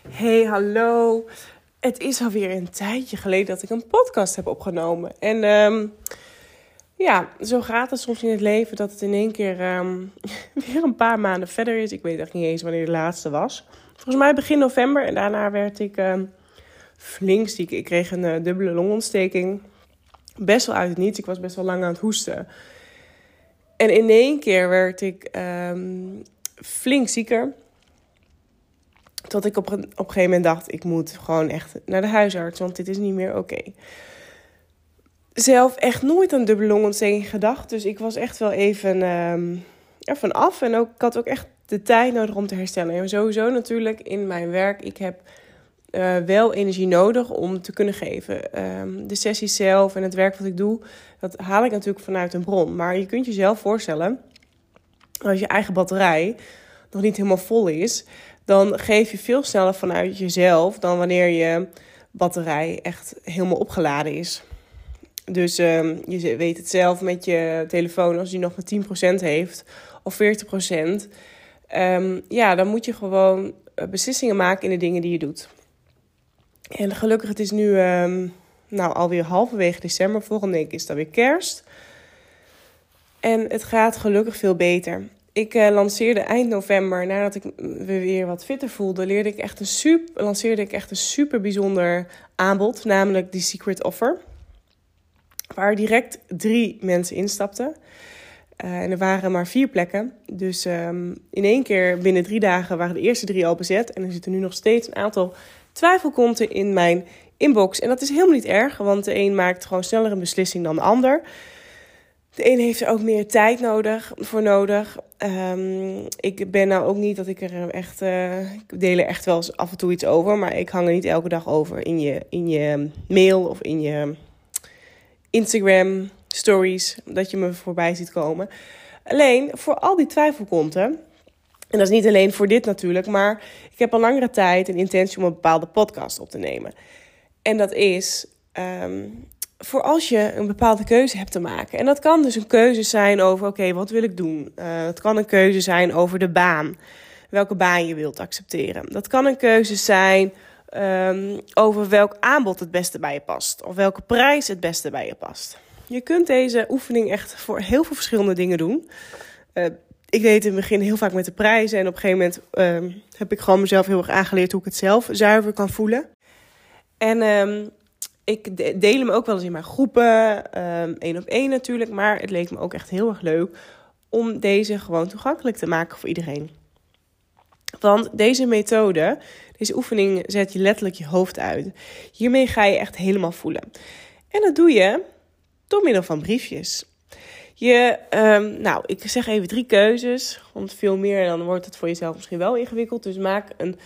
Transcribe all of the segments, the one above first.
Hey, hallo. Het is alweer een tijdje geleden dat ik een podcast heb opgenomen. En zo gaat het soms in het leven dat het in één keer weer een paar maanden verder is. Ik weet echt niet eens wanneer de laatste was. Volgens mij begin november en daarna werd ik flink ziek. Ik kreeg een dubbele longontsteking. Best wel uit het niets. Ik was best wel lang aan het hoesten. En in één keer werd ik flink zieker. Tot ik op een gegeven moment dacht, ik moet gewoon echt naar de huisarts, want dit is niet meer oké. Zelf echt nooit aan dubbele longontsteking gedacht, dus ik was echt wel even ervan af. En ook, ik had ook echt de tijd nodig om te herstellen. En sowieso natuurlijk in mijn werk, ik heb wel energie nodig om te kunnen geven. De sessies zelf en het werk wat ik doe, dat haal ik natuurlijk vanuit een bron. Maar je kunt jezelf voorstellen, als je eigen batterij nog niet helemaal vol is, dan geef je veel sneller vanuit jezelf dan wanneer je batterij echt helemaal opgeladen is. Dus je weet het zelf met je telefoon, als die nog maar 10% heeft of 40%. Dan moet je gewoon beslissingen maken in de dingen die je doet. En gelukkig, het is nu alweer halverwege december. Volgende week is dat weer kerst. En het gaat gelukkig veel beter. Ik lanceerde eind november, nadat ik me weer wat fitter voelde, lanceerde ik echt een super bijzonder aanbod. Namelijk die Secret Offer. Waar direct 3 mensen instapten. En er waren maar 4 plekken. Dus in één keer binnen 3 dagen waren de eerste 3 al bezet. En er zitten nu nog steeds een aantal twijfelkonten in mijn inbox. En dat is helemaal niet erg, want de een maakt gewoon sneller een beslissing dan de ander. De ene heeft er ook meer tijd voor nodig. Ik ben nou ook niet dat ik er echt... ik deel er echt wel eens af en toe iets over. Maar ik hang er niet elke dag over in je mail of in je Instagram stories. Dat je me voorbij ziet komen. Alleen voor al die twijfelkonten. En dat is niet alleen voor dit natuurlijk. Maar ik heb al langere tijd een intentie om een bepaalde podcast op te nemen. En dat is... voor als je een bepaalde keuze hebt te maken. En dat kan dus een keuze zijn over, oké, wat wil ik doen? Het kan een keuze zijn over de baan. Welke baan je wilt accepteren. Dat kan een keuze zijn over welk aanbod het beste bij je past. Of welke prijs het beste bij je past. Je kunt deze oefening echt voor heel veel verschillende dingen doen. Ik deed in het begin heel vaak met de prijzen. En op een gegeven moment heb ik gewoon mezelf heel erg aangeleerd hoe ik het zelf zuiver kan voelen. En... ik deel hem ook wel eens in mijn groepen, 1-op-1 natuurlijk. Maar het leek me ook echt heel erg leuk om deze gewoon toegankelijk te maken voor iedereen. Want deze methode, deze oefening, zet je letterlijk je hoofd uit. Hiermee ga je echt helemaal voelen. En dat doe je door middel van briefjes. Ik zeg even 3 keuzes. Want veel meer, dan wordt het voor jezelf misschien wel ingewikkeld. Dus maak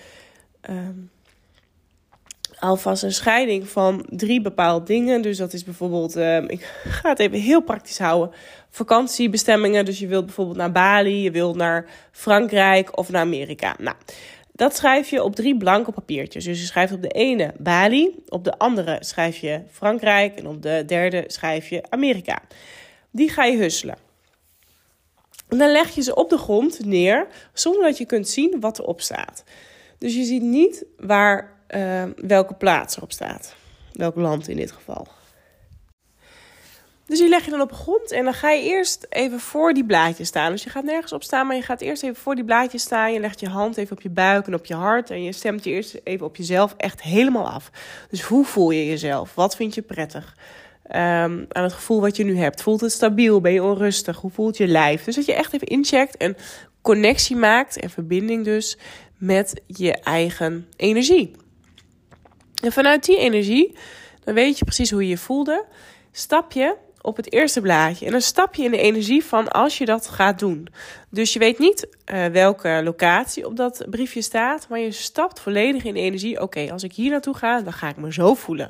alvast een scheiding van 3 bepaalde dingen. Dus dat is bijvoorbeeld, ik ga het even heel praktisch houden, vakantiebestemmingen. Dus je wilt bijvoorbeeld naar Bali, je wilt naar Frankrijk of naar Amerika. Nou, dat schrijf je op 3 blanke papiertjes. Dus je schrijft op de ene Bali, op de andere schrijf je Frankrijk en op de derde schrijf je Amerika. Die ga je husselen. En dan leg je ze op de grond neer, zonder dat je kunt zien wat erop staat. Dus je ziet niet welke plaats erop staat. Welk land in dit geval. Dus die leg je dan op de grond en dan ga je eerst even voor die blaadjes staan. Dus je gaat nergens op staan, maar je gaat eerst even voor die blaadjes staan. Je legt je hand even op je buik en op je hart. En je stemt je eerst even op jezelf echt helemaal af. Dus hoe voel je jezelf? Wat vind je prettig? Aan het gevoel wat je nu hebt. Voelt het stabiel? Ben je onrustig? Hoe voelt je lijf? Dus dat je echt even incheckt en connectie maakt en verbinding dus met je eigen energie. En vanuit die energie, dan weet je precies hoe je je voelde, stap je op het eerste blaadje. En dan stap je in de energie van als je dat gaat doen. Dus je weet niet welke locatie op dat briefje staat, maar je stapt volledig in de energie. Oké, als ik hier naartoe ga, dan ga ik me zo voelen.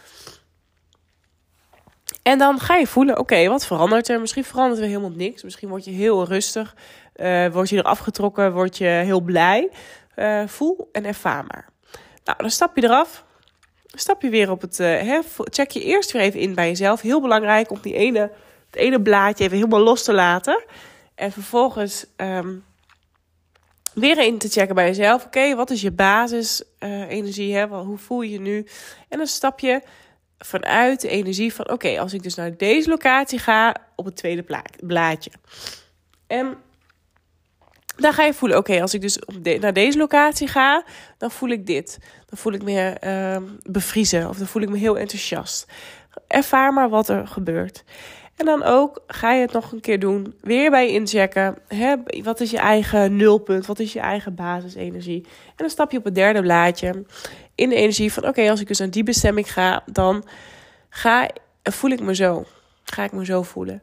En dan ga je voelen, oké, wat verandert er? Misschien verandert er helemaal niks. Misschien word je heel rustig, word je eraf getrokken, word je heel blij. Voel en ervaar maar. Nou, dan stap je eraf. Stap je weer op het... check je eerst weer even in bij jezelf. Heel belangrijk om het ene blaadje even helemaal los te laten. En vervolgens weer in te checken bij jezelf. Oké, wat is je basis energie? Hoe voel je je nu? En dan stap je vanuit de energie van... Oké, als ik dus naar deze locatie ga, op het tweede blaadje. En dan ga je voelen, oké, als ik dus naar deze locatie ga, dan voel ik dit. Dan voel ik me bevriezen of dan voel ik me heel enthousiast. Ervaar maar wat er gebeurt. En dan ook ga je het nog een keer doen. Weer bij je inchecken. Wat is je eigen nulpunt? Wat is je eigen basisenergie? En dan stap je op het derde blaadje. In de energie van oké, als ik dus naar die bestemming ga, dan voel ik me zo. Ga ik me zo voelen.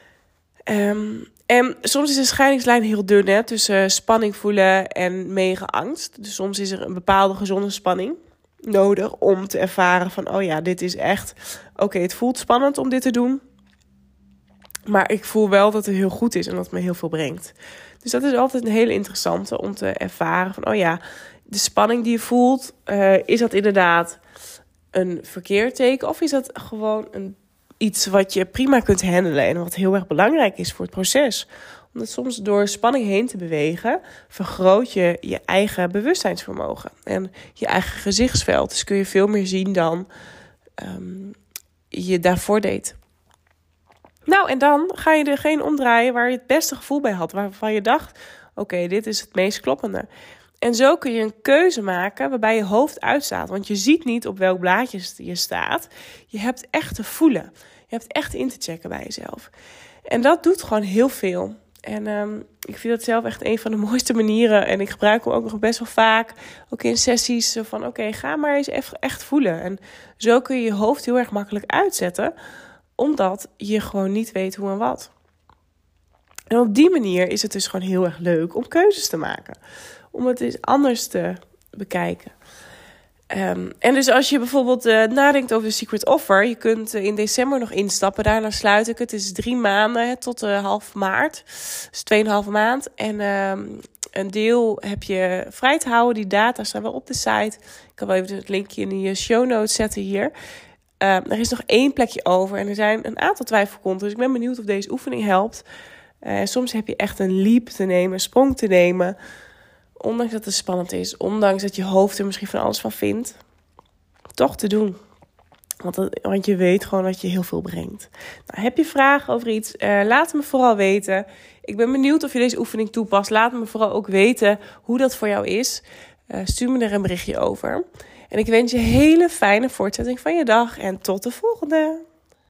En soms is de scheidingslijn heel dun tussen spanning voelen en mega angst. Dus soms is er een bepaalde gezonde spanning nodig om te ervaren van... oh ja, dit is echt... oké, het voelt spannend om dit te doen. Maar ik voel wel dat het heel goed is en dat het me heel veel brengt. Dus dat is altijd een hele interessante om te ervaren van... oh ja, de spanning die je voelt, is dat inderdaad een verkeerd teken? Of is dat gewoon iets wat je prima kunt handelen en wat heel erg belangrijk is voor het proces? Omdat soms door spanning heen te bewegen, vergroot je je eigen bewustzijnsvermogen en je eigen gezichtsveld. Dus kun je veel meer zien dan je daarvoor deed. Nou, en dan ga je degene omdraaien waar je het beste gevoel bij had. Waarvan je dacht, oké, dit is het meest kloppende. En zo kun je een keuze maken waarbij je hoofd uitstaat. Want je ziet niet op welk blaadje je staat. Je hebt echt te voelen. Je hebt echt in te checken bij jezelf. En dat doet gewoon heel veel. En ik vind dat zelf echt een van de mooiste manieren. En ik gebruik hem ook nog best wel vaak. Ook in sessies van oké, ga maar eens echt voelen. En zo kun je je hoofd heel erg makkelijk uitzetten. Omdat je gewoon niet weet hoe en wat. En op die manier is het dus gewoon heel erg leuk om keuzes te maken. Om het eens anders te bekijken. En dus als je bijvoorbeeld nadenkt over de Secret Offer. Je kunt in december nog instappen. Daarna sluit ik het. Het is 3 maanden tot half maart. Dus 2,5 maand. En een deel heb je vrij te houden. Die data staan wel op de site. Ik kan wel even het linkje in die show notes zetten hier. Er is nog 1 plekje over. En er zijn een aantal twijfelkonten. Dus ik ben benieuwd of deze oefening helpt. Soms heb je echt een leap te nemen. Een sprong te nemen. Ondanks dat het spannend is. Ondanks dat je hoofd er misschien van alles van vindt. Toch te doen. Want je weet gewoon dat je heel veel brengt. Nou, heb je vragen over iets? Laat het me vooral weten. Ik ben benieuwd of je deze oefening toepast. Laat me vooral ook weten hoe dat voor jou is. Stuur me er een berichtje over. En ik wens je een hele fijne voortzetting van je dag. En tot de volgende.